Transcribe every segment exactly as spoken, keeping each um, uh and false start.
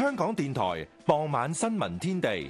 香港電台傍晚新聞天地。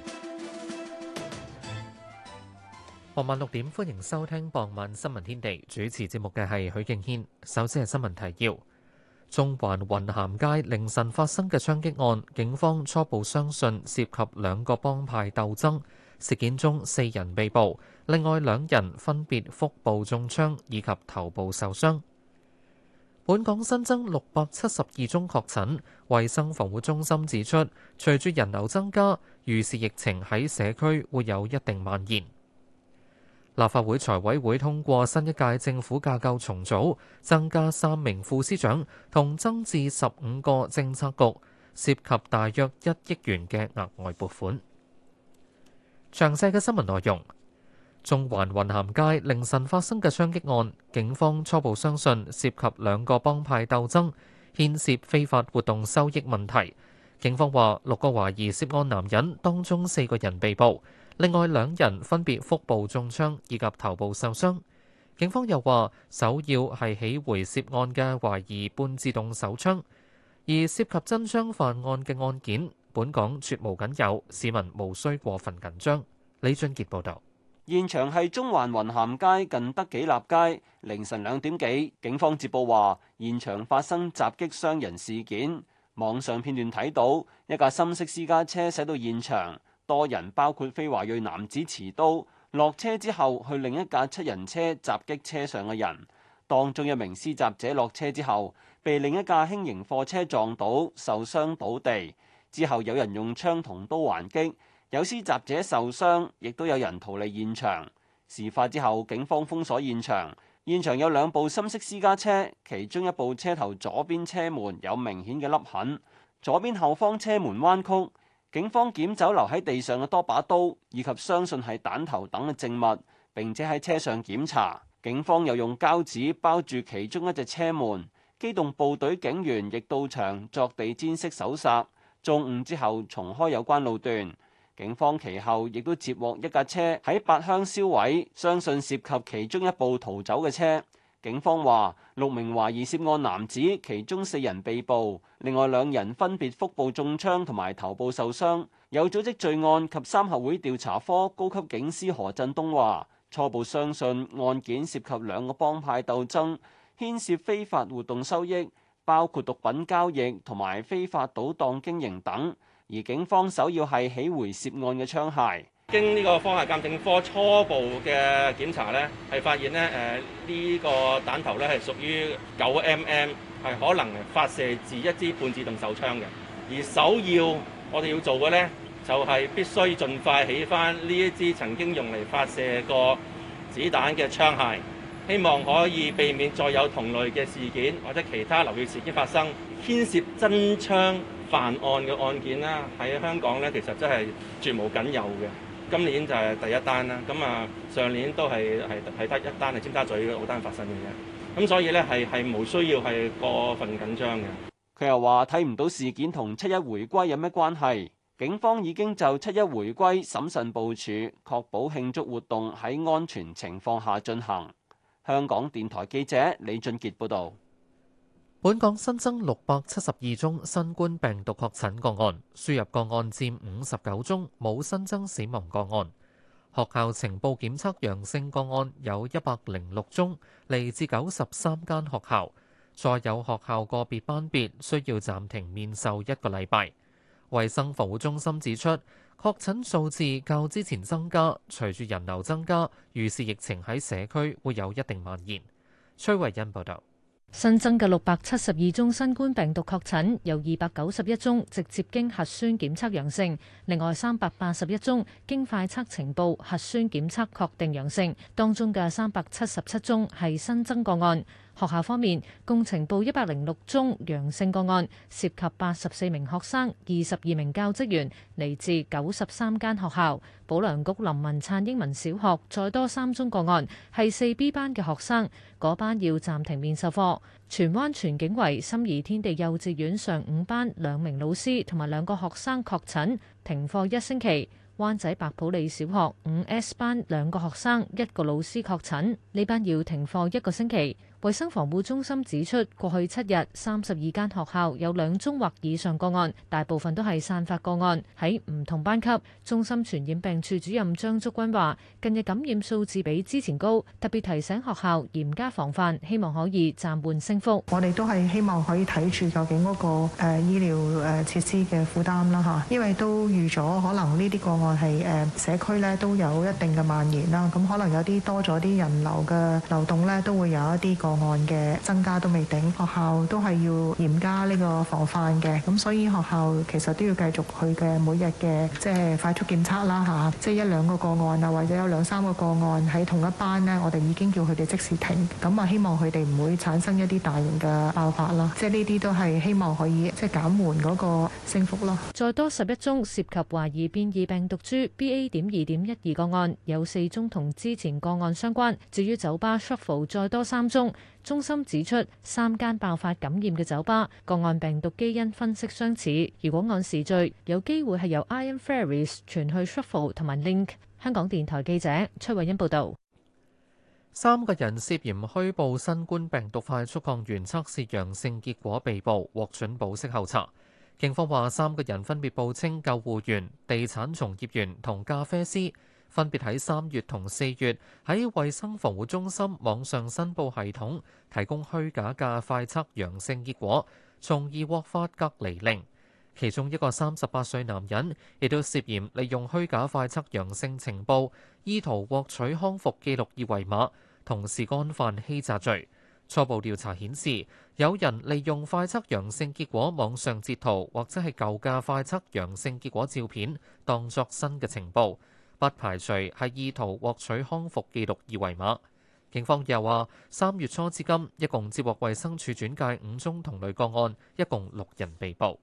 傍晚六點，歡迎收聽傍晚新聞天地。主持節目嘅係許敬軒。首先係新聞提要：中環雲咸街凌晨發生嘅槍擊案，警方初步相信涉及兩個幫派鬥爭。事件中四人被捕，另外兩人分別腹部中槍以及頭部受傷。本港新增六百七十二宗確診，衛生防護中心指出，隨住人流增加，預示疫情喺社區會有一定蔓延。立法會財委會通過新一屆政府架構重組，增加三名副司長同增至十五個政策局，涉及大約一億元嘅額外撥款。詳細嘅新聞內容。中環雲咸街凌晨發生嘅槍擊案，警方初步相信涉及兩個幫派鬥爭，牽涉非法活動收益問題。警方話六個懷疑涉案男人當中四個人被捕，另外兩人分別腹部中槍以及頭部受傷。警方又話首要係起回涉案嘅懷疑半自動手槍，而涉及真槍犯案嘅案件，本港絕無僅有，市民無需過分緊張。李俊傑報導。 現場係中環雲咸街近德己立街，凌晨兩點幾，警方接報話現場發生襲擊傷人事件。網上片段睇到一架深色私家車駛到現場，多人包括非華裔男子持刀落車之後去另一架七人車襲擊車上嘅人。當中一名施襲者落車之後被另一架輕型貨車撞倒，受傷倒地。之後有人用槍同刀還擊。有施襲者受傷，亦都有人逃離現場。事發之後，警方封鎖現場。現場有兩部深色私家車，其中一部車頭左邊車門有明顯嘅凹痕，左邊後方車門彎曲。警方檢走留喺地上嘅多把刀，以及相信係彈頭等嘅證物，並且喺車上檢查。警方又用膠紙包住其中一隻車門。機動部隊警員亦到場作地毯式搜查。中午之後重開有關路段。警方其後亦都接獲一架車喺八鄉銷毀，相信涉及其中一部逃走嘅車。警方話六名懷疑涉案男子，其中四人被捕，另外兩人分別腹部中槍同埋頭部受傷。有組織罪案及三合會調查科高級警司何振東話，初步相信案件涉及兩個幫派鬥爭，牽涉非法活動收益，包括毒品交易同埋非法賭檔經營等。而警方首要係起回涉案嘅槍械。 經呢個科學鑑證科初步嘅檢查呢，係發現呢誒呢個彈頭呢係屬於九 mm， 係可能發射自一支半自動手槍嘅。而首要我哋要做嘅呢，就係必須盡快起返呢一支曾經用嚟發射過子彈嘅槍械，希望可以避免再有同類嘅事件或者其他流血事件發生。牽涉真槍犯案嘅案件啦，喺香港咧，其實真係絕無僅有嘅。今年就係第一單啦，咁啊上年都係係係得一單係尖沙咀嗰單發生嘅啫。咁所以咧係係無需要係過分緊張嘅。 佢又話睇唔到事件同七一回歸有咩關係。警方已經就七一回歸審慎部署，確保慶祝活動喺安全情況下進行。香港電台記者李俊傑報導。 本港新增六百七十二宗新冠病毒確診個案，輸入個案佔五十九宗，冇新增死亡個案。學校呈報檢測陽性個案有一百零六宗，嚟自九十三間學校。再有學校個別班別需要暫停面授一個禮拜。衛生防護中心指出，確診數字較之前增加，隨住人流增加，預示疫情喺社區會有一定蔓延。崔慧欣報道。 新增嘅六百七十二宗新冠病毒確診，有二百九十一宗直接經核酸檢測陽性，另外三百八十一宗經快測呈報核酸檢測確定陽性，當中嘅三百七十七宗係新增個案。學校方面，共呈報一百零六宗陽性個案，涉及八十四名學生、二十二名教職員，嚟自九十三間學校。保良局林文燦英文小學再多三宗個案，係四 B 班嘅學生，嗰班要暫停面授課。荃灣荃景圍心怡天地幼稚園上午班兩名老師同埋兩個學生確診，停課一星期。灣仔白普理小學五 S 班兩個學生一個老師確診，呢班要停課一個星期。 衛生防護中心指出，過去七日三十二間學校有兩宗或以上個案，大部分都係散發個案，喺唔同班級。中心傳染病處主任張竹君話：近日感染數字比之前高，特別提醒學校嚴加防範，希望可以暫緩升幅。 我哋都係希望可以睇住究竟嗰個誒醫療誒設施嘅負擔啦嚇，因為都預咗可能呢啲個案係誒社區咧都有一定嘅蔓延啦，咁可能有啲多咗啲人流嘅流動咧，都會有一啲個案嘅增加都未定，學校都係要嚴加呢個防範嘅，咁所以學校其實都要繼續佢嘅每日嘅即係快速檢測啦嚇，即係一兩個個案啊，或者有兩三個個案喺同一班呢，我哋已經叫佢哋即時停，咁啊希望佢哋唔會產生一啲大型嘅爆發啦，即係呢啲都係希望可以即係減緩嗰個升幅咯。 再多十一宗涉及懷疑變異病毒株 B A. 點二點一二個案，有四宗同之前個案相關。至於酒吧 Shuffle 再多三宗，中心指出三間爆發感染嘅酒吧個案病毒基因分析相似，如果按時序，有機會係由 Iron Fairies 傳去 Shuffle 同埋 Link。香港電台記者崔慧欣報道。 三個人涉嫌虛報新冠病毒快速抗原測試陽性結果被捕，獲准保釋候查。警方話三個人分別報稱救護員、地產從業員同咖啡師，分別喺三月同四月喺衛生防護中心網上申報系統提供虛假嘅快測陽性結果，從而獲發隔離令。其中一個三十八歲男人亦都涉嫌利用虛假快測陽性情報，意圖獲取康復記錄二維碼，同時干犯欺詐罪。初步調查顯示，有人利用快測陽性結果網上截圖或者係舊嘅快測陽性結果照片，當作新嘅情報，不排除係意圖獲取康復記錄二維碼。警方又話，三月初至今，一共接獲衛生署轉介五宗同類個案，一共六人被捕。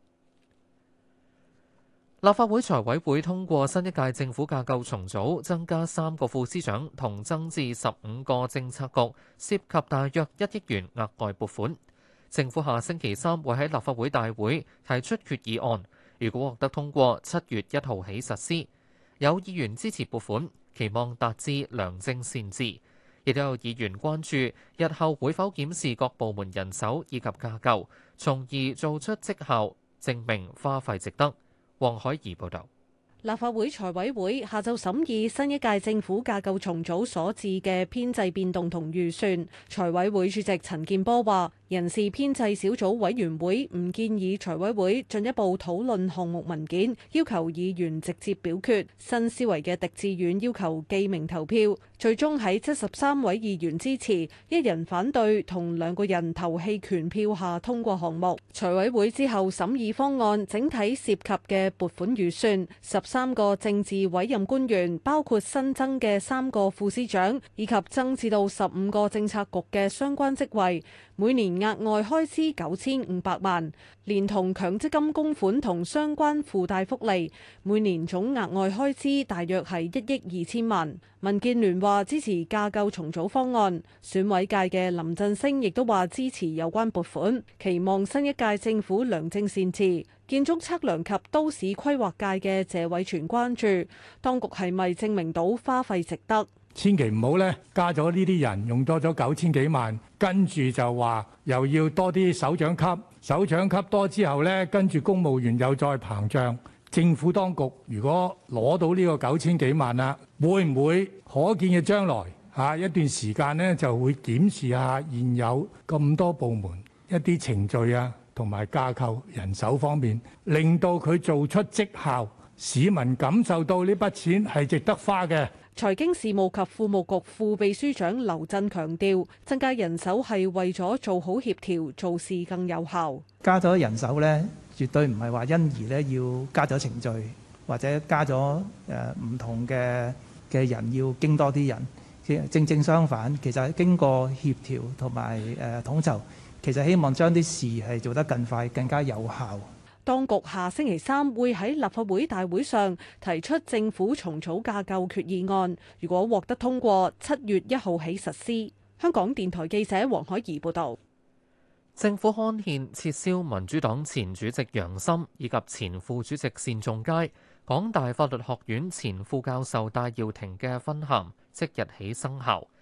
立法會財委會通過新一屆政府架構重組，增加三個副司長同增至十五個政策局，涉及大約一億元額外撥款。政府下星期三會喺立法會大會提出決議案，如果獲得通過，七月一號起實施。有議員支持撥款，期望達至良政善治，亦都有議員關注日後會否檢視各部門人手以及架構，從而做出績效，證明花費值得。黃海怡報導。 立法會財委會下晝審議新一屆政府架構重組所致嘅編制變動同預算。財委會主席陳健波話：人事編制小組委員會唔建議財委會進一步討論項目文件，要求議員直接表決。新思維嘅狄志遠要求記名投票，最終喺七十三位議員支持、一人反對同兩個人投棄權票下通過項目。財委會之後審議方案整體涉及嘅撥款預算十三個政治委任官員，包括新增嘅三個副司長，以及增至到十五個政策局嘅相關職位，每年額外開支九千五百萬，連同強積金供款同相關附帶福利，每年總額外開支大約係一億二千萬。民建聯話支持架構重組方案，選委界嘅林振昇亦都話支持有關撥款，期望新一屆政府良政善治。建築測量及都市規劃界嘅謝偉全關注，當局係咪證明到花費值得？ 千祈唔好咧，加咗呢啲人用多咗九千幾萬，跟住就話又要多啲首長級，首長級多之後咧，跟住公務員又再膨脹。政府當局如果攞到呢個九千幾萬啦，會唔會可見嘅將來嚇一段時間呢就會檢視下現有咁多部門一啲程序啊，同埋架構人手方面，令到佢做出績效，市民感受到呢筆錢係值得花嘅。 財經事務及庫務局副秘書長劉振強調，增加人手係為咗做好協調，做事更有效。 加咗人手呢，絕對唔係話因而呢要加咗程序，或者加咗誒唔同嘅嘅人要經多啲人。正正相反，其實經過協調同埋誒統籌，其實希望將啲事係做得更快、更加有效。 當局下星期三會喺立法會大會上提出政府重組架構決議案，如果獲得通過，七月一號起實施。香港電台記者黃海怡報導。 政府刊憲撤銷民主黨前主席楊森以及前副主席單仲偕、港大法律學院前副教授戴耀廷嘅勳銜，即日起生效。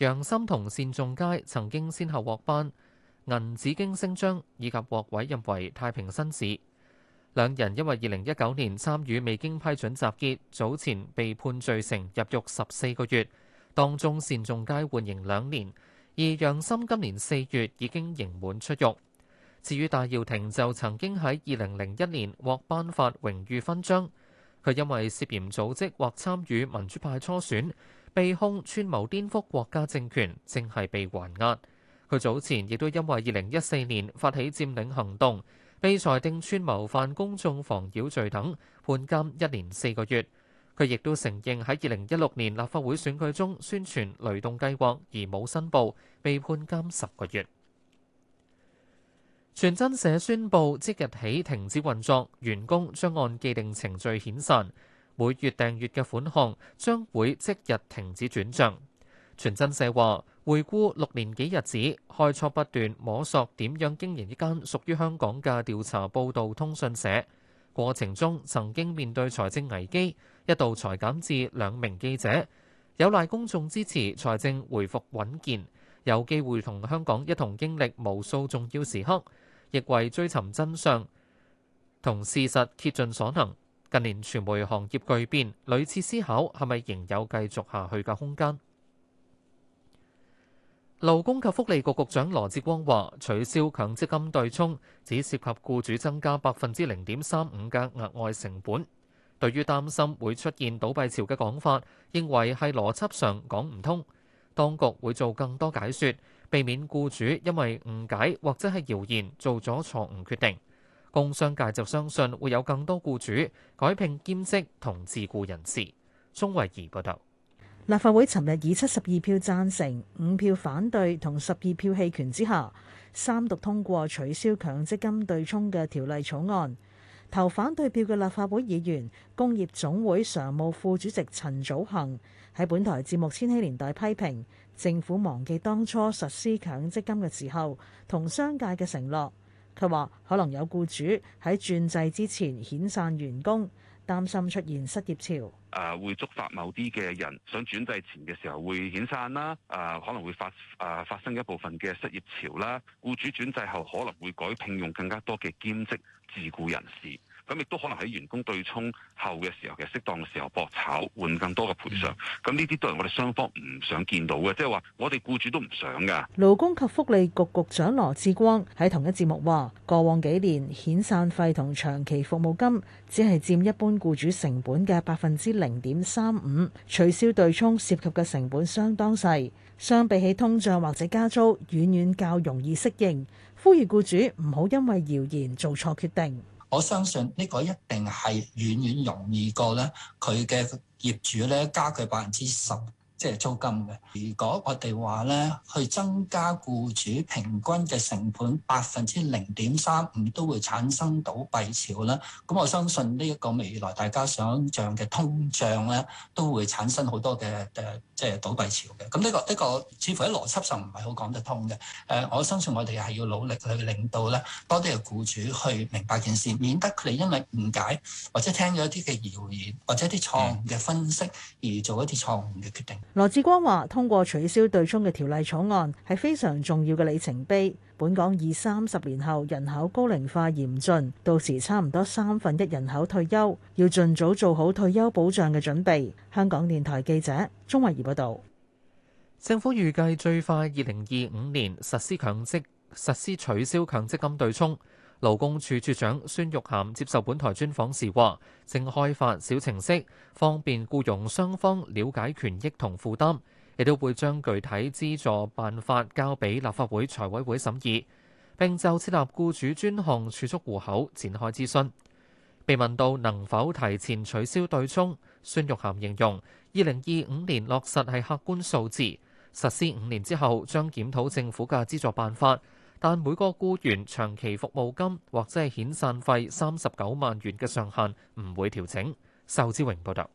楊森同單仲偕曾經先後獲頒銀紫荊星章，以及獲委任為太平紳士。兩人因為二零一九年參與未經批准集結，早前被判罪成，入獄十四個月，當中單仲偕緩刑兩年，而楊森今年四月已經刑滿出獄。至於戴耀廷就曾經喺二零零一年獲頒發榮譽勳章，佢因為涉嫌組織或參與民主派初選，被控串謀顛覆國家政權，正係被還押。佢早前亦都因為二零一四年發起佔領行動，被裁定串謀犯公眾妨擾罪等，判監一年四個月。佢亦都承認喺二零一六年立法會選舉中宣傳雷動計劃而冇申報，被判監十個月。傳真社宣布即日起停止運作，員工將按既定程序遣散，每月訂閱嘅款項將會即日停止轉帳。傳真社話，回顧六年幾日子，開初不斷摸索點樣經營一間屬於香港嘅調查報導通訊社，過程中曾經面對財政危機，一度裁減至兩名記者，有賴公眾支持，財政回復穩健，有機會同香港一同經歷無數重要時刻，亦為追尋真相同事實竭盡所能。近年傳媒行業巨變，屢次思考係咪仍有繼續下去嘅空間。勞工及福利局局長羅致光話：取消強積金對沖只涉及僱主增加百分之零點三五嘅額外成本。對於擔心會出現倒閉潮嘅講法，認為係邏輯上講唔通。當局會做更多解說，避免僱主因為誤解或者係謠言做咗錯誤決定。工商界就相信會有更多僱主改聘兼職同自僱人士。鍾慧儀報道。 立法會尋日以七十二票贊成、五票反對同十二票棄權之下，三讀通過取消強積金對沖嘅條例草案。投反對票嘅立法會議員、工業總會常務副主席陳祖恒喺本台節目《千禧年代》批評政府忘記當初實施強積金嘅時候同商界嘅承諾。佢話可能有僱主喺轉制之前遣散員工，擔心出現失業潮。 誒、呃、會觸發某啲嘅人想轉制前嘅時候會遣散啦，誒、呃、可能會發誒、呃、發生一部分嘅失業潮啦。僱主轉制後可能會改聘用更加多嘅兼職自僱人士，咁亦都可能喺員工對沖後嘅時候嘅適當嘅時候搏炒換更多嘅賠償。咁呢啲都係我哋雙方唔想見到嘅，即係話我哋僱主都唔想㗎。 勞工及福利局局長羅致光喺同一節目話：過往幾年遣散費同長期服務金只係佔一般僱主成本嘅百分之零點三五，取消對沖涉及嘅成本相當細，相比起通脹或者加租，遠遠較容易適應。呼籲僱主唔好因為謠言做錯決定。 我相信呢個一定係遠遠容易過咧，佢嘅業主咧加佢百分之十。即係租金嘅。如果我哋話咧，去增加僱主平均嘅成本百分之零點三五，都會產生倒閉潮啦。咁我相信呢一個未來大家想像嘅通脹咧，都會產生好多嘅誒，即係倒閉潮嘅。咁呢個呢個似乎喺邏輯上唔係好講得通嘅。誒，我相信我哋係要努力去令到咧多啲嘅僱主去明白件事，免得佢哋因為誤解或者聽咗一啲嘅謠言或者一啲錯誤嘅分析而做一啲錯誤嘅決定。 羅致光話：通過取消對沖嘅條例草案係非常重要嘅里程碑。本港以三十年後人口高齡化嚴峻，到時差唔多三分一人口退休，要盡早做好退休保障嘅準備。香港電台記者鍾慧儀報道。 政府預計最快二零二五年實施強積實施取消強積金對沖。勞工處處長孫玉菡接受本台專訪時話，正開發小程式，方便僱傭雙方了解權益同負擔，亦都會將具體資助辦法交俾立法會財委會審議，並就設立僱主專項儲蓄戶口展開諮詢。被問到能否提前取消對沖，孫玉菡形容二零二五年落實係客觀數字，實施五年之後將檢討政府嘅資助辦法。但每個僱員長期服務金或者係遣散費三十九萬元嘅上限唔會調整。仇志榮報導。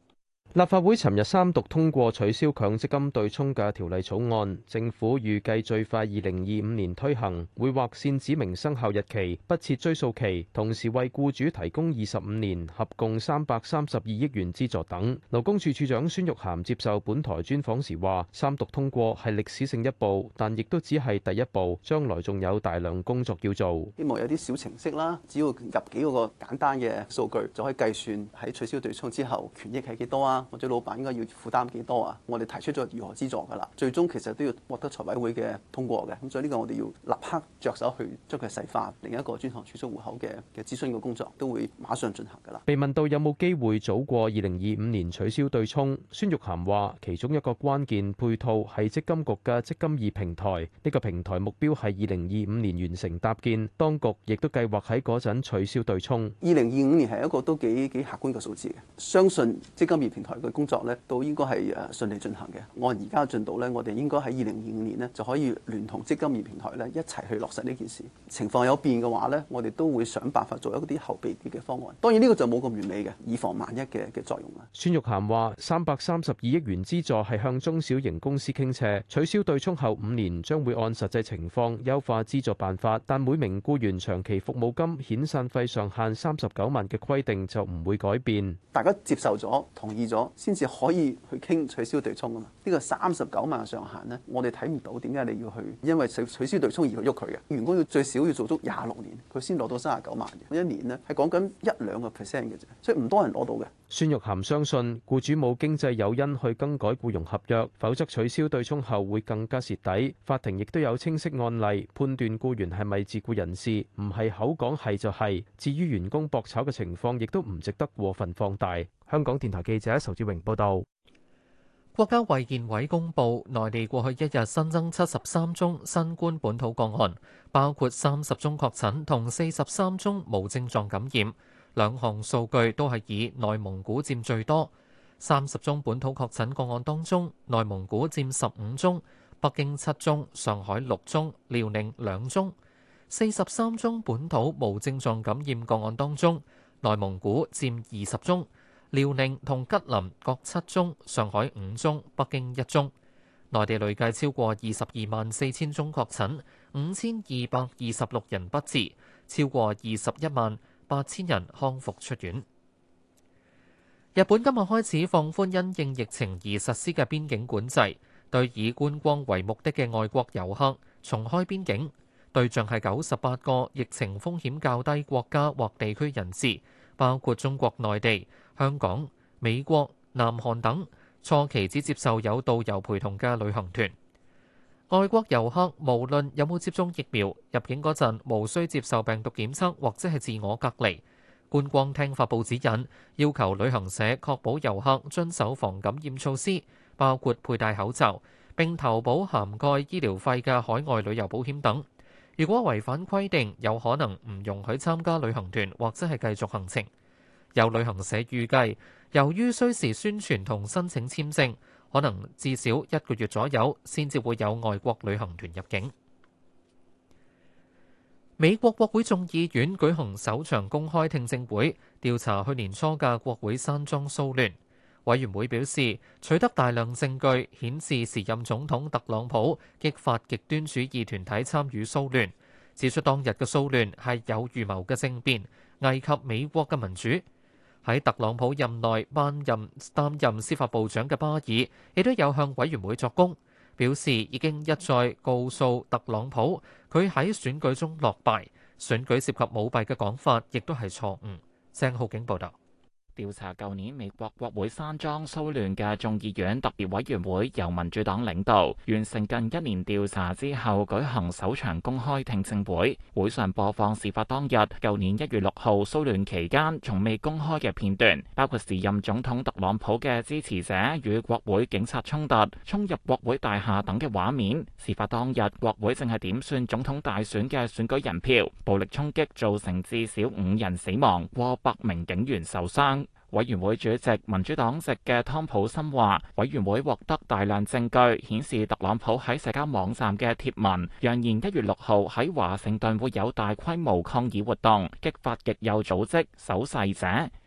立法會尋日三讀通過取消強積金對沖嘅條例草案，政府預計最快二零二五年推行，會劃線指明生效日期，不設追溯期，同時為僱主提供二十五年合共三百三十二億元資助等。勞工處處長孫玉菡接受本台專訪時話，三讀通過係歷史性一步，但亦都只係第一步，將來仲有大量工作要做。 希望有啲小程式啦，只要入幾個個簡單嘅數據，就可以計算喺取消對沖之後權益係幾多啊？或者老闆應該要負擔幾多啊？我哋提出咗如何資助㗎啦，最終其實都要獲得財委會嘅通過嘅，咁所以呢個我哋要立刻着手去將佢細化。另一個專項儲蓄戶口嘅嘅諮詢嘅工作都會馬上進行㗎啦。 被問到有冇機會早過二零二五年取消對沖，孫玉菡話：其中一個關鍵配套係積金局嘅積金易平台，呢個平台目標係二零二五年完成搭建，當局亦都計劃喺嗰陣取消對沖。 二零二五年係一個都幾幾客觀嘅數字嘅，相信積金易平台嘅工作咧都應該係誒順利進行嘅。按而家嘅進度咧，我哋應該喺二零二五年咧就可以聯同積金易平台咧一齊去落實呢件事。情況有變嘅話咧，我哋都會想辦法做一啲後備啲嘅方案。當然呢個就冇咁完美嘅，以防萬一嘅嘅作用啦。 孫玉菡話：三百三十二億元資助係向中小型公司傾斜，取消對沖後五年將會按實際情況優化資助辦法，但每名僱員長期服務金遣散費上限三十九萬嘅規定就唔會改變。 大家接受咗、同意咗，先至可以去傾取消對沖啊嘛。呢個三十九萬嘅上限呢，我哋睇唔到點解你要去因為取取消對沖而去喐佢嘅。員工要最少要做足廿六年，佢先攞到三十九萬嘅。一年呢係講緊一兩個 percent 嘅啫，所以唔多人攞到嘅。 孫玉菡相信僱主冇經濟誘因去更改僱傭合約，否則取消對沖後會更加蝕底。法庭亦都有清晰案例判斷僱員係咪自僱人士，唔係口講係就係。至於員工搏炒嘅情況，亦都唔值得過分放大。香港電台記者仇志榮報道。 國家衛健委公布，內地過去一日新增七十三宗新冠本土個案，包括三十宗確診同四十三宗無症狀感染。兩項數據都係以內蒙古佔最多。三十宗本土確診個案當中，內蒙古佔十五宗，北京七宗，上海六宗，遼寧兩宗。四十三宗本土無症狀感染個案當中，內蒙古佔二十宗，遼寧同吉林各七宗，上海五宗，北京一宗。內地累計超過二十二萬四千宗確診，五千二百二十六人不治，超過二十一萬八千人康復出院。日本今日開始放寬因應疫情而實施嘅邊境管制，對以觀光為目的嘅外國遊客重開邊境，對象係九十八個疫情風險較低國家或地區人士，包括中國內地、香港、美國、南韓等，初期只接受有導遊陪同嘅旅行團。外國遊客無論有冇接種疫苗，入境嗰陣無需接受病毒檢測或者係自我隔離。觀光廳發布指引，要求旅行社確保遊客遵守防感染措施，包括佩戴口罩，並投保涵蓋醫療費嘅海外旅遊保險等。如果違反規定，有可能唔容許參加旅行團或者係繼續行程。有旅行社預計，由於需時宣傳同申請簽證，可能至少一個月左右先至會有外國旅行團入境。美國國會眾議院舉行首場公開聽證會，調查去年初嘅國會山莊騷亂。委員會表示，取得大量證據顯示時任總統特朗普激發極端主義團體參與騷亂，指出當日嘅騷亂係有預謀嘅政變，危及美國嘅民主。喺特朗普任內擔任擔任司法部長嘅巴爾亦都有向委員會作供，表示已經一再告訴特朗普佢喺選舉中落敗，選舉涉及舞弊嘅講法亦都係錯誤。鄭浩景報道。 調查舊年美國國會山莊騷亂嘅眾議院特別委員會由民主黨領導，完成近一年調查之後舉行首場公開聽證會。會上播放事發當日舊年一月六號騷亂期間從未公開嘅片段，包括時任總統特朗普嘅支持者與國會警察衝突、衝入國會大廈等嘅畫面。事發當日國會正係點算總統大選嘅選舉人票，暴力衝擊造成至少五人死亡，過百名警員受傷。委員會主席民主黨籍嘅湯普森話，委員會獲得大量證據顯示特朗普喺社交網站嘅貼文揚言一月六號喺華盛頓會有大規模抗議活動，激發極右組織守勢者。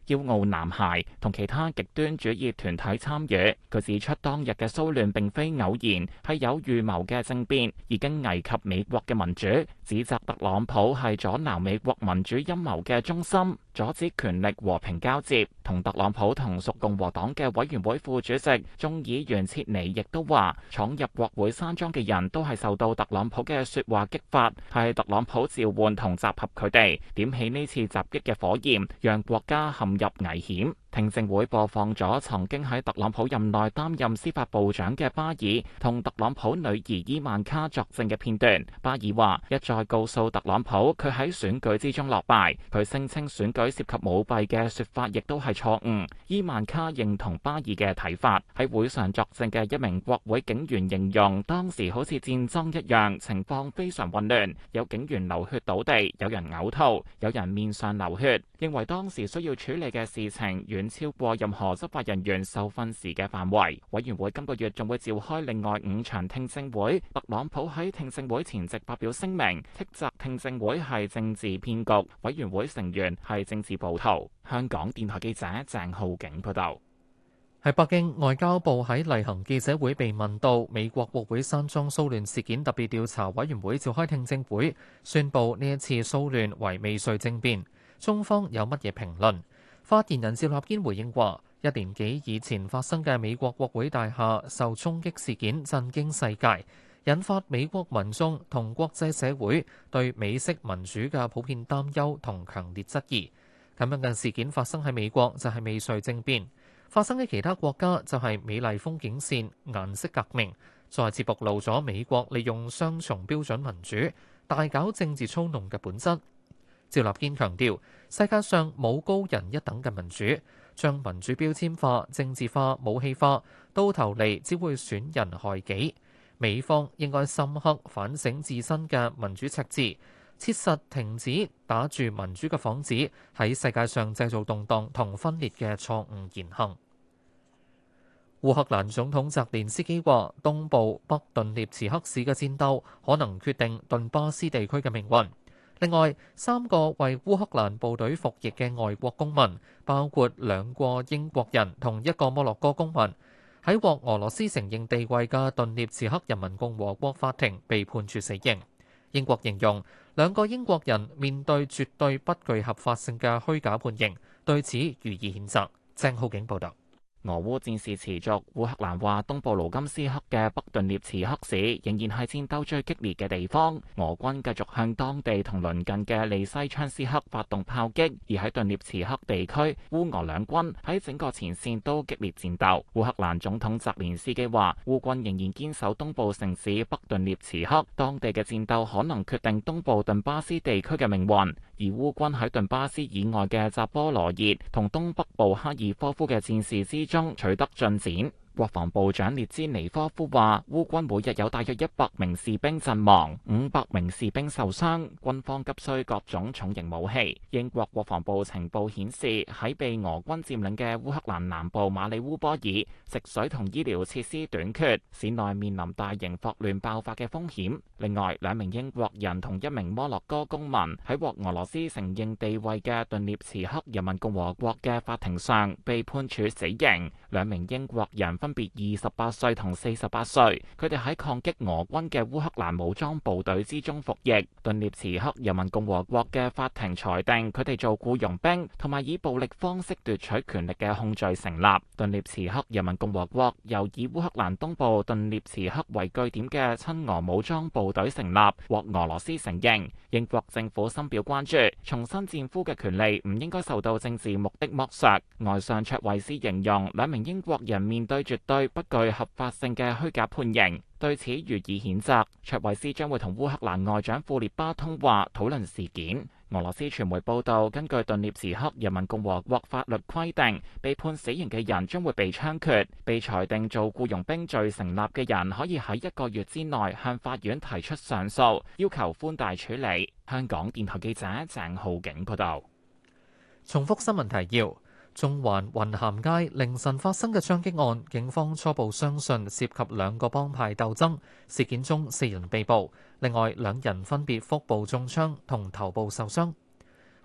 驕傲男孩同其他極端主義團體參與。佢指出，當日嘅騷亂並非偶然，係有預謀嘅政變，已經危及美國嘅民主，指責特朗普係阻撓美國民主陰謀嘅中心，阻止權力和平交接。同特朗普同屬共和黨嘅委員會副主席眾議員切尼亦都話，闖入國會山莊嘅人都係受到特朗普嘅說話激發，係特朗普召喚同集合佢哋，點起呢次襲擊嘅火焰，讓國家陷入危險。聽證會播放咗曾經喺特朗普任內擔任司法部長嘅巴爾同特朗普女兒伊萬卡作證嘅片段。巴爾話一再告訴特朗普佢喺選舉之中落敗，佢聲稱選舉涉及舞弊嘅說法亦都係錯誤。伊萬卡認同巴爾嘅睇法。喺會上作證嘅一名國會警員形容當時好似戰爭一樣，情況非常混亂，有警員流血倒地，有人嘔吐，有人面上流血，認為當時需要處理嘅事情遠超過任何執法人員受訓時嘅範圍。委員會今個月仲會召開另外五場聽證會。特朗普喺聽證會前夕發表聲明，斥責聽證會係政治騙局，委員會成員係政治暴徒。香港電台記者鄭浩景報道。 喺北京，外交部喺例行記者會被問到美國國會山莊騷亂事件特別調查委員會召開聽證會，宣布呢一次騷亂為未遂政變。中方有乜嘢評論？發言人趙立堅回應話：一年幾以前發生嘅美國國會大廈受衝擊事件震驚世界，引發美國民眾同國際社會對美式民主嘅普遍擔憂同強烈質疑。咁樣嘅事件發生喺美國就係未遂政變，發生喺其他國家就係美麗風景線、顏色革命，再次暴露咗美國利用雙重標準民主大搞政治操弄嘅本質。趙立堅強調，世界上冇高人一等嘅民主，將民主標籤化、政治化、武器化，到頭嚟只會損人害己。美方應該深刻反省自身嘅民主赤字，切實停止打住民主嘅幌子，喺世界上製造動盪同分裂嘅錯誤言行。烏克蘭總統澤連斯基話，東部北頓涅茨克市嘅戰鬥可能決定頓巴斯地區嘅命運。另外，三個為烏克蘭部隊服役嘅外國公民，包括兩個英國人同一個摩洛哥公民，喺獲俄羅斯承認地位嘅頓涅茨克人民共和國法庭被判處死刑。英國形容兩個英國人面對絕對不具合法性嘅虛假判刑，對此予以譴責。鄭浩景報道。 俄烏戰事持續，烏克蘭話東部盧甘斯克嘅北頓涅茨克市仍然係戰鬥最激烈嘅地方。俄軍繼續向當地同鄰近嘅利西昌斯克發動炮擊，而喺頓涅茨克地區，烏俄兩軍喺整個前線都激烈戰鬥。烏克蘭總統澤連斯基話，烏軍仍然堅守東部城市北頓涅茨克，當地嘅戰鬥可能決定東部頓巴斯地區嘅命運。而烏軍喺頓巴斯以外嘅扎波羅熱同東北部哈爾科夫嘅戰事之中取得進展。國防部長列茲尼科夫話，烏軍每日有大約一百名士兵陣亡，五百名士兵受傷，軍方急需各種重型武器。英國國防部情報顯示，喺被俄軍佔領嘅烏克蘭南部馬里烏波爾，食水同醫療設施短缺，市內面臨大型霍亂爆發嘅風險。另外，兩名英國人同一名摩洛哥公民喺獲俄羅斯承認地位嘅頓涅茨克人民共和國嘅法庭上被判處死刑。兩名英國人分別二十八歲同四十八歲，佢哋喺抗擊俄軍嘅烏克蘭武裝部隊之中服役。頓涅茨克人民共和國嘅法庭裁定佢哋做僱傭兵同埋以暴力方式奪取權力嘅控罪成立。頓涅茨克人民共和國由以烏克蘭東部頓涅茨克為據點嘅親俄武裝部隊成立，獲俄羅斯承認。英國政府深表關注，重申戰俘嘅權利唔應該受到政治目的剝削。外相卓慧思形容兩名英國人面對絕對不具合法性嘅虛假判刑，對此予以譴責。卓慧思將會同烏克蘭外長庫列巴通話討論事件。俄羅斯傳媒報道，根據頓涅茨克人民共和國法律規定，被判死刑嘅人將會被槍決，被裁定做僱傭兵罪成立嘅人可以喺一個月之內向法院提出上訴，要求寬大處理。香港電台記者鄭浩景報道。 重複新聞提要。中環雲咸街凌晨發生嘅槍擊案，警方初步相信涉及兩個幫派鬥爭。事件中四人被捕，另外兩人分別腹部中槍同頭部受傷。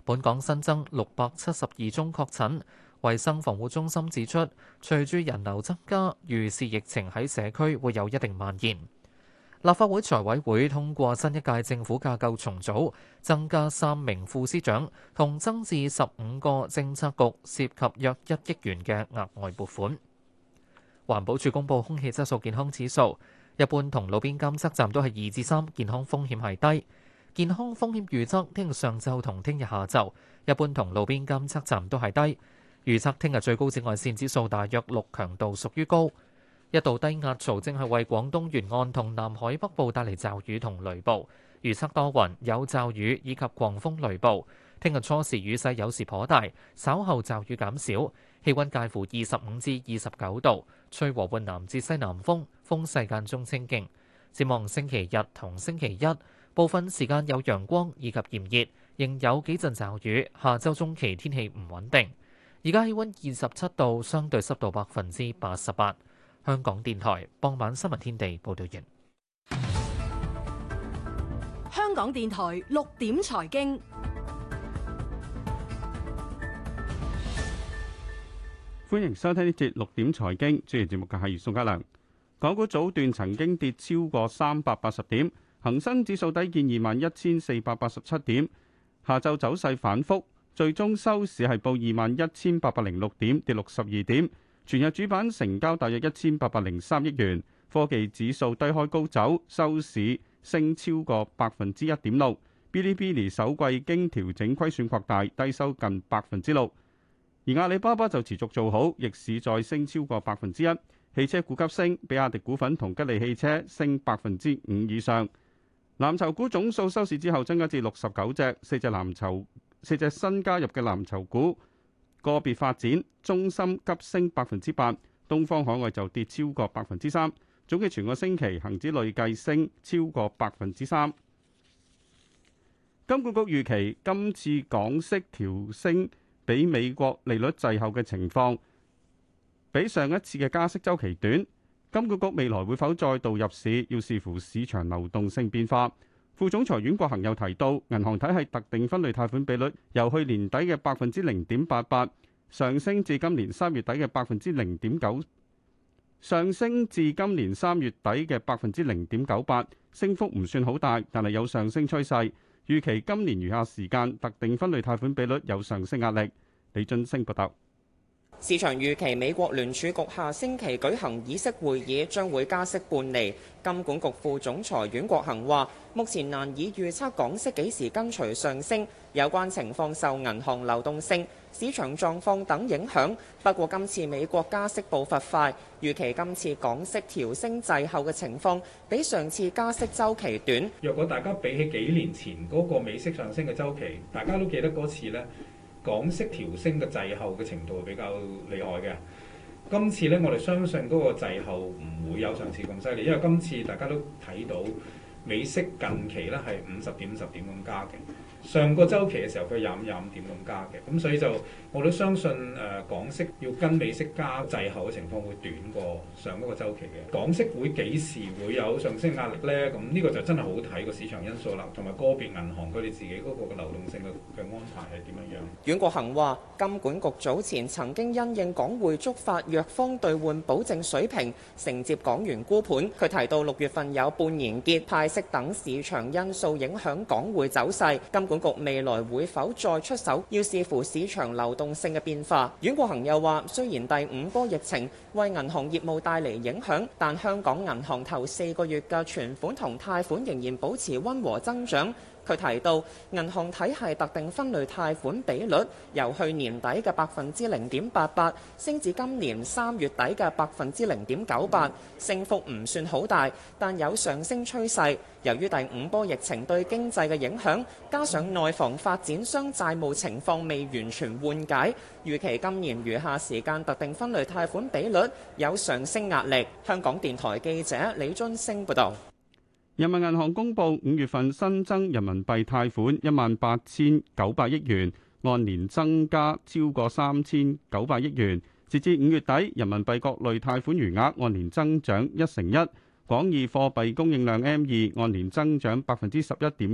本港新增六百七十二宗確診。衛生防護中心指出，隨住人流增加，預示疫情喺社區會有一定蔓延。立法會財委會通過新一屆政府架構重組，增加三名副司長，同增至十五個政策局，涉及約一億元嘅額外撥款。環保署公布空氣質素健康指數，一般同路邊監測站都係二至三，健康風險係低。健康風險預測聽日上晝同聽日下晝，一般同路邊監測站都係低。預測聽日最高紫外線指數大約六，強度屬於高。一道低壓槽正係為廣東沿岸同南海北部帶嚟驟雨同雷暴，預測多雲有驟雨以及狂風雷暴。聽日初時雨勢有時頗大，稍後驟雨減少，氣温介乎二十五至二十九度，吹和緩南至西南風，風勢間中清勁。展望星期日同星期一，部分時間有陽光以及炎熱，仍有幾陣驟雨。下週中期天氣唔穩定。而家氣温二十七度，相對濕度百分之八十八。香港電台傍晚新聞天地報道完。 香港電台六點財經， 歡迎收聽呢節六點財經。主持節目嘅係宋家良。港股早段曾經跌超過三百八十點，恒生指數低見二萬一千四百八十七點，下晝走勢反覆。最終收市係報二萬一千八百零六點，跌六十二點。全日主板成交大約一千八百零三億元。科技指數低開高走，收市升超過百分之一點六。嗶哩嗶哩首季經調整虧損擴大，低收近百分之六。而阿里巴巴就持續做好，逆市再升超過百分之一。汽車股急升，比亞迪股份同吉利汽車升百分之五以上。藍籌股總數收市之後增加至六十九隻，四隻藍籌。四隻新加入嘅藍籌股個別發展，中芯急升百分之八，東方海外就跌超過百分之三。總計全個星期恒指累計升超過百分之三。金管局預期今次港息調升比美國利率滯後嘅情況，比上一次嘅加息週期短。金管局未來會否再度入市，要視乎市場流動性變化。副總裁阮國恒又提到，銀行體系特定分類貸款比率由去年底嘅百分之零點八八上升至今年三月底嘅百分之零點九，上升至今年三月底嘅百分之零點九八，升幅唔算好大，但係有上升趨勢。預期今年餘下時間特定分類貸款比率有上升壓力。李俊升報道。 市場預期美國聯儲局下星期舉行議息會議，將會加息半釐。金管局副總裁阮國恒話：目前難以預測港息幾時跟隨上升，有關情況受銀行流動性、市場狀況等影響。不過今次美國加息步伐快，預期今次港息調升滯後嘅情況比上次加息週期短。 若果大家比起幾年前嗰個美息上升嘅週期，大家都記得嗰次呢，港息調升嘅滯後嘅程度係比較厲害嘅。今次呢，我哋相信嗰個滯後唔會有上次咁犀利，因為今次大家都睇到美息近期呢係五十點五十點咁加嘅。上個週期嘅時候佢廿五廿五點咁加嘅，咁所以就我都相信誒、呃、港息要跟美息加滯後嘅情況會短過上嗰個週期嘅。港息會幾時會有上升壓力呢？咁呢個就真係好睇個市場因素啦，同埋個別銀行佢哋自己嗰個嘅流動性嘅嘅安排係點樣樣。 阮國恒話：金管局早前曾經因應港匯觸發弱方兌換保證水平，承接港元沽盤。佢提到六月份有半年結、派息等市場因素影響港匯走勢，金管局未來會否再出手，要視乎市場流動性嘅變化。阮國恒又話：雖然第五波疫情為銀行業務帶嚟影響，但香港銀行頭四個月嘅存款同貸款仍然保持溫和增長。佢提到，銀行體系特定分類貸款比率由去年底嘅百分之零點八八升至今年三月底嘅百分之零點九八，升幅唔算好大，但有上升趨勢。由於第五波疫情對經濟嘅影響，加上內房發展商債務情況未完全緩解，預期今年餘下時間特定分類貸款比率有上升壓力。香港電台記者李津升報導。 人民銀行公布五月份新增人民幣貸款一萬八千九百億元，按年增加超過三千九百億元。截至五月底，人民幣各類貸款餘額按年增長一成一，廣義貨幣供應量 M 二按年增長百分之十一點一，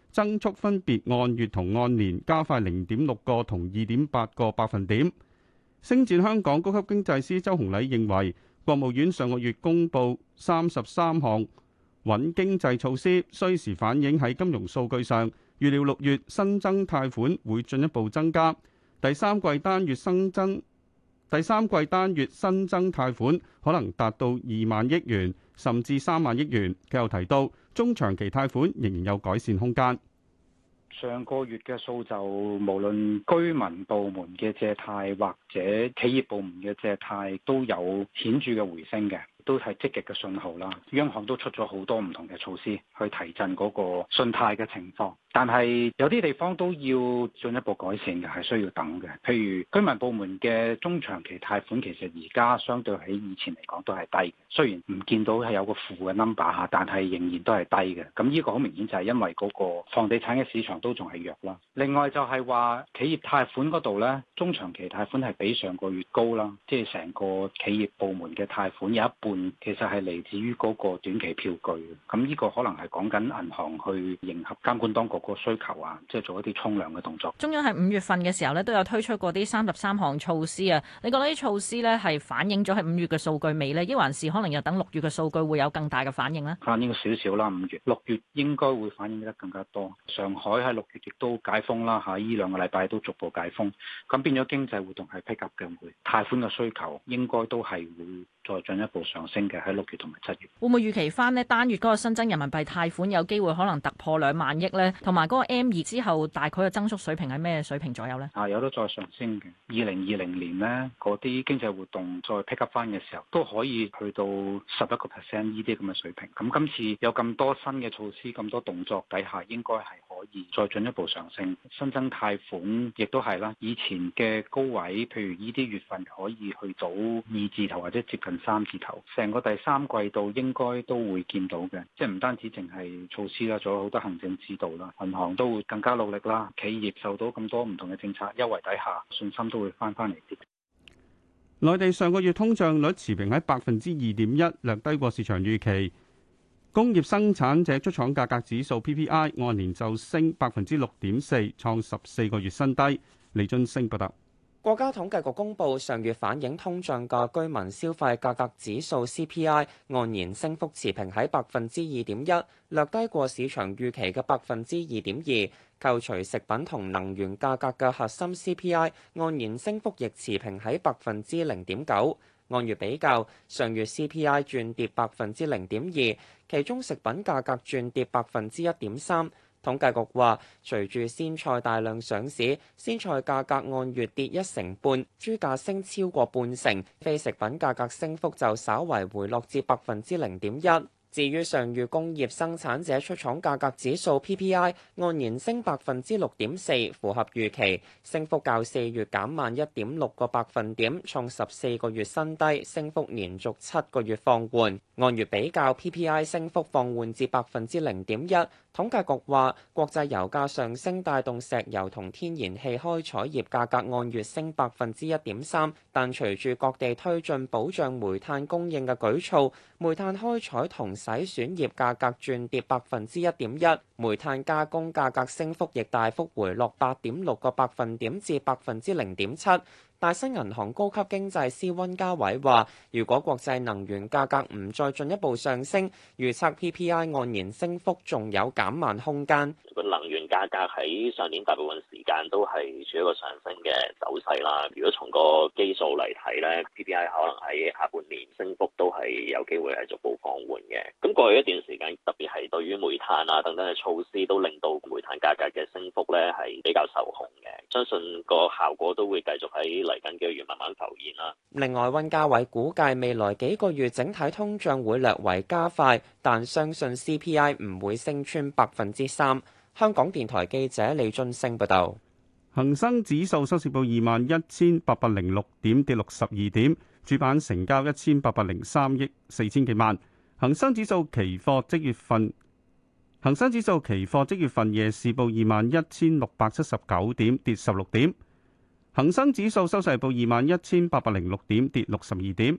增速分別按月同按年加快零點六個同二點八個百分點。星展香港高級經濟師周洪禮認為，國務院上個月公布三十三項穩經濟措施，需時反映喺金融數據上。預料六月新增貸款會進一步增加，第三季單月新增第三季單月新增貸款可能達到二萬億元，甚至三萬億元。佢又提到，中長期貸款仍然有改善空間。 上個月嘅數就無論居民部門嘅借貸或者企業部門嘅借貸都有顯著嘅回升嘅，都係積極嘅信號啦。央行都出咗好多唔同嘅措施去提振嗰個信貸嘅情況，但係有啲地方都要進一步改善嘅，係需要等嘅。譬如居民部門嘅中長期貸款，其實而家相對喺以前嚟講都係低嘅，雖然唔見到係有個負嘅 number 嚇，但係仍然都係低嘅。咁呢個好明顯就係因為嗰個房地產嘅市場都仲係弱啦。另外就係話企業貸款嗰度咧，中長期貸款係比上個月高啦，即係成個企業部門嘅貸款有一半其實係嚟自於嗰個短期票據。咁呢個可能係講緊銀行去迎合監管當局個需求啊，即係做一啲沖涼嘅動作。 中央喺五月份嘅時候咧，都有推出過啲三十三項措施啊。你覺得啲措施咧係反映咗喺五月嘅數據未呢？抑還是可能又等六月嘅數據會有更大嘅反應呢？ 反映少少啦，五月、六月應該會反映得更加多。上海喺六月亦都解封啦，嚇！依兩個禮拜都逐步解封，咁變咗經濟活動係 pick up 嘅，會貸款嘅需求應該都係會再進一步上升嘅喺六月同埋七月。 會唔會預期翻呢單月嗰個新增人民幣貸款有機會可能突破兩萬億呢？同埋嗰個 M 二之後大概嘅增速水平係咩水平左右呢？ 啊，有得再上升嘅。二零二零年呢，嗰啲經濟活動再 pick up 翻嘅時候，都可以去到十一個 percent 呢啲咁嘅水平。咁今次有咁多新嘅措施，咁多動作底下，應該係可以再進一步上升。新增貸款亦都係啦，以前嘅高位，譬如呢啲月份可以去到二字頭或者接近三字頭，成個第三季度應該都會見到嘅。即係唔單止淨係措施啦，仲有好多行政指導啦，銀行都會更加努力啦。企業受到咁多唔同嘅政策優惠底下，信心都會翻返嚟啲。 內地上個月通脹率持平喺百分之二點一，略低過市場預期。工業生產者出廠價格指數 P P I 按年就升百分之六點四，創十四個月新低。李津升報道。 國家統計局公布上月反映通脹嘅居民消費價格指數 C P I 按年升幅持平喺百分之二點一，略低過市場預期嘅百分之二點二。扣除食品同能源價格嘅核心 C P I 按年升幅亦持平喺百分之零點九。按月比較，上月 C P I 轉跌百分之零點二，其中食品價格轉跌百分之一點三。統計局話，隨住鮮菜大量上市，鮮菜價格按月跌一成半，豬價升超過半成，非食品價格升幅就稍為回落至百分之零點一。至於上月工業生產者出廠價格指數 P P I 按年升百分之六點四，符合預期，升幅較四月減慢一點六個百分點，創十四個月新低，升幅連續七個月放緩。按月比較 P P I 升幅放緩至百分之零點一。統計局話，國際油價上升帶動石油同天然氣開採業價格按月升百分之一點三，但隨住各地推進保障煤炭供應嘅舉措，煤炭開採同洗選業價格轉跌百分之一點一，煤炭加工價格升幅亦大幅回落八點六個百分點至百分之零點七。大新銀行高級經濟師溫家偉話，如果國際能源價格唔再進一步上升，預測 P P I 按年升幅仲有減慢空間。 個能源價格喺上年大部分時間都係處於一個上升嘅走勢啦。如果從個基數嚟睇咧 ，P P I 可能喺下半年升幅都係有機會係逐步放緩嘅。咁過去一段時間，特別係對於煤炭啊等等嘅措施，都令到煤炭價格嘅升幅咧係比較受控嘅。相信個效果都會繼續喺嚟緊嘅月慢慢浮現啦。 另外，溫家偉估計未來幾個月整體通脹會略為加快，但相信 C P I 唔會升穿百分之三。香港電台記者李俊升報道。 恒生指數收市報二萬一千八百零六點，跌六十二點，主板成交一千八百零三億四千幾萬。恒生指數期貨即月份恒生指數期貨即月份夜市報二萬一千六百七十九點，跌十六點。恒生指數收市報二萬一千八百零六點，跌六十二點。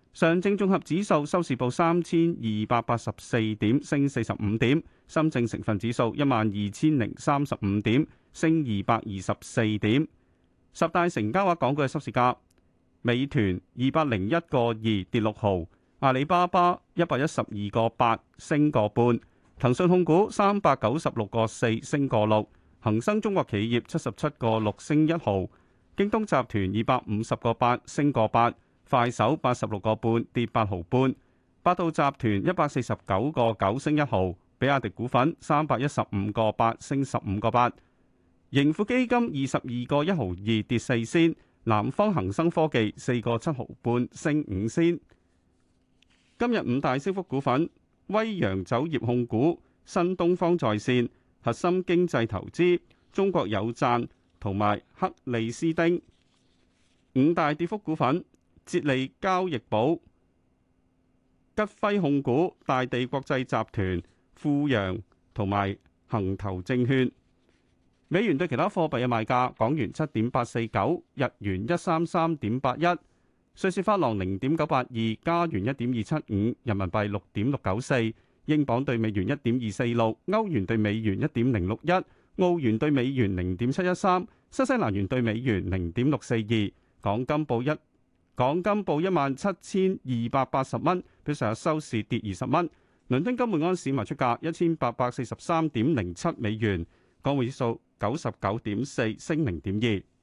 上證綜合指數收市報三千二百八十四點，升四十五點。深證成分指數一萬二千零三十五點，升二百二十四點。十大成交額港股嘅收市價：美團二百零一個二跌六毫，阿里巴巴一百一十二個八升個半，騰訊控股三百九十六個四升個六，恒生中國企業七十七個六升一毫，京東集團二百五十個八升個八。快手八十六個半跌八毫半，百度集團一百四十九個九升一毫，比亞迪股份三百一十五個八升十五個八，盈富基金二十二個一毫二跌四仙，南方恒生科技四個七毫半升五仙。今日五大升幅股份：威揚酒業控股、新東方在線、核心經濟投資、中國有贊同埋克利斯丁。五大跌幅股份：捷利交易寶、吉輝控股、大地國際集團、富陽同埋恒投證券。美元對其他貨幣嘅賣價：港元七點八四九，日元一三三點八一，瑞士法郎零點九八二，加元一點二七五，人民幣六點六九四，英鎊對美元一點二四六，歐元對美元一點零六一，澳元對美元零點七一三，新西蘭元對美元零點六四二。港金報一港金報一萬七千二百八十蚊，比上日收市跌二十蚊。倫敦金每安士賣出價一千八百四十三點零七美元，港匯指數九十九點四升零點二。